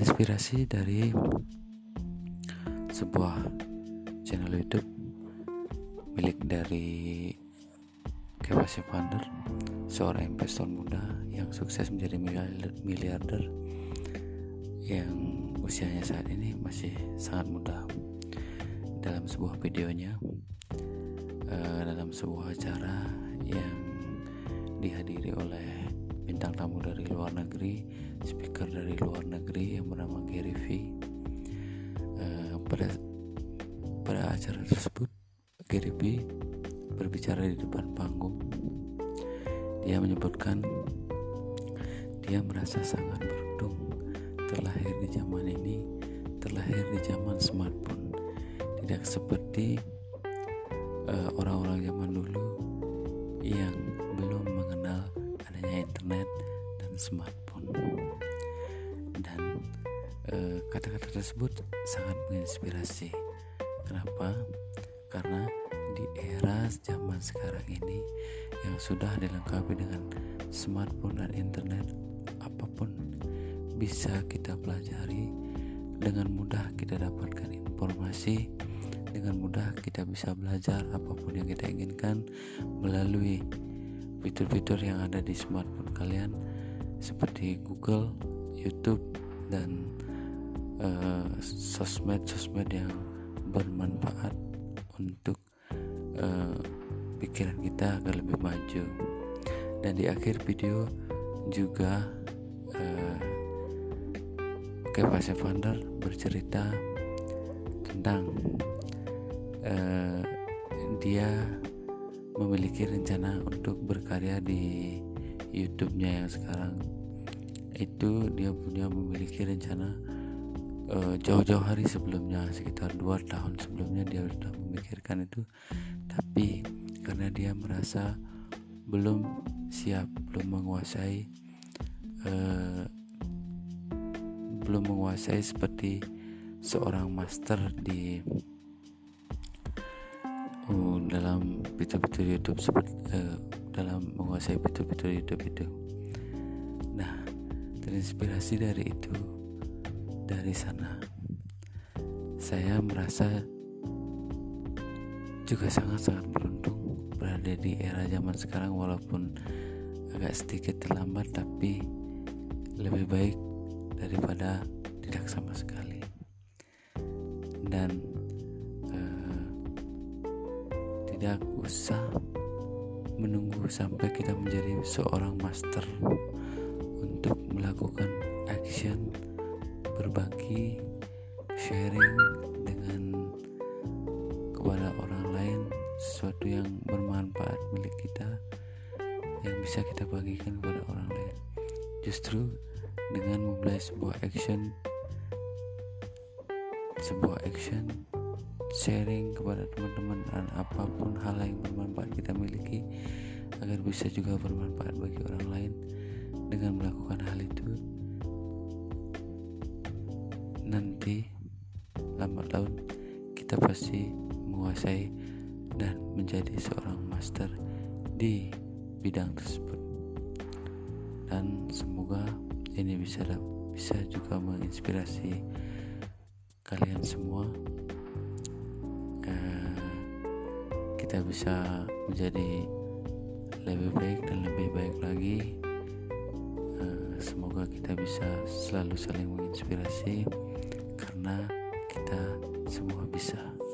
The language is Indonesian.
terinspirasi dari sebuah channel YouTube milik dari Kevasi Founder, seorang investor muda yang sukses menjadi miliarder yang usianya saat ini masih sangat muda. Dalam sebuah videonya, dalam sebuah acara yang dihadiri oleh bintang tamu dari luar negeri, speaker dari luar negeri yang bernama Gary V. Pada acara tersebut, Gary V berbicara di depan panggung. Dia menyebutkan dia merasa sangat beruntung terlahir di zaman ini, terlahir di zaman smartphone. Tidak seperti orang-orang zaman dulu yang belum mengenal adanya internet dan smartphone. Dan kata-kata tersebut sangat menginspirasi. Kenapa? Karena di era zaman sekarang ini yang sudah dilengkapi dengan smartphone dan internet, apapun bisa kita pelajari. Dengan mudah kita dapatkan informasi, dengan mudah kita bisa belajar apapun yang kita inginkan melalui fitur-fitur yang ada di smartphone kalian seperti Google, YouTube, dan sosmed yang bermanfaat untuk pikiran kita agar lebih maju. Dan di akhir video juga Kevasi Founder bercerita tentang dia memiliki rencana untuk berkarya di YouTube-nya yang sekarang. Itu dia memiliki rencana jauh-jauh hari sebelumnya, sekitar 2 tahun sebelumnya dia sudah memikirkan itu. Tapi karena dia merasa belum siap, belum menguasai seperti seorang master di dalam fitur-fitur YouTube, dalam menguasai fitur-fitur YouTube itu. Nah, terinspirasi dari sana saya merasa juga sangat-sangat beruntung berada di era zaman sekarang, walaupun agak sedikit terlambat, tapi lebih baik daripada tidak sama sekali. Dan tidak usah menunggu sampai kita menjadi seorang master untuk melakukan action, berbagi, sharing dengan kepada orang lain sesuatu yang bermanfaat milik kita yang bisa kita bagikan kepada orang lain. Justru dengan memulai sebuah action sharing kepada teman-teman dan apapun hal yang bermanfaat kita miliki agar bisa juga bermanfaat bagi orang lain. Dengan melakukan hal itu, nanti lambat laun kita pasti menguasai dan menjadi seorang master di bidang tersebut. Dan semoga ini bisa juga menginspirasi kalian semua. Kita bisa menjadi lebih baik dan lebih baik lagi. Semoga kita bisa selalu saling menginspirasi karena kita semua bisa.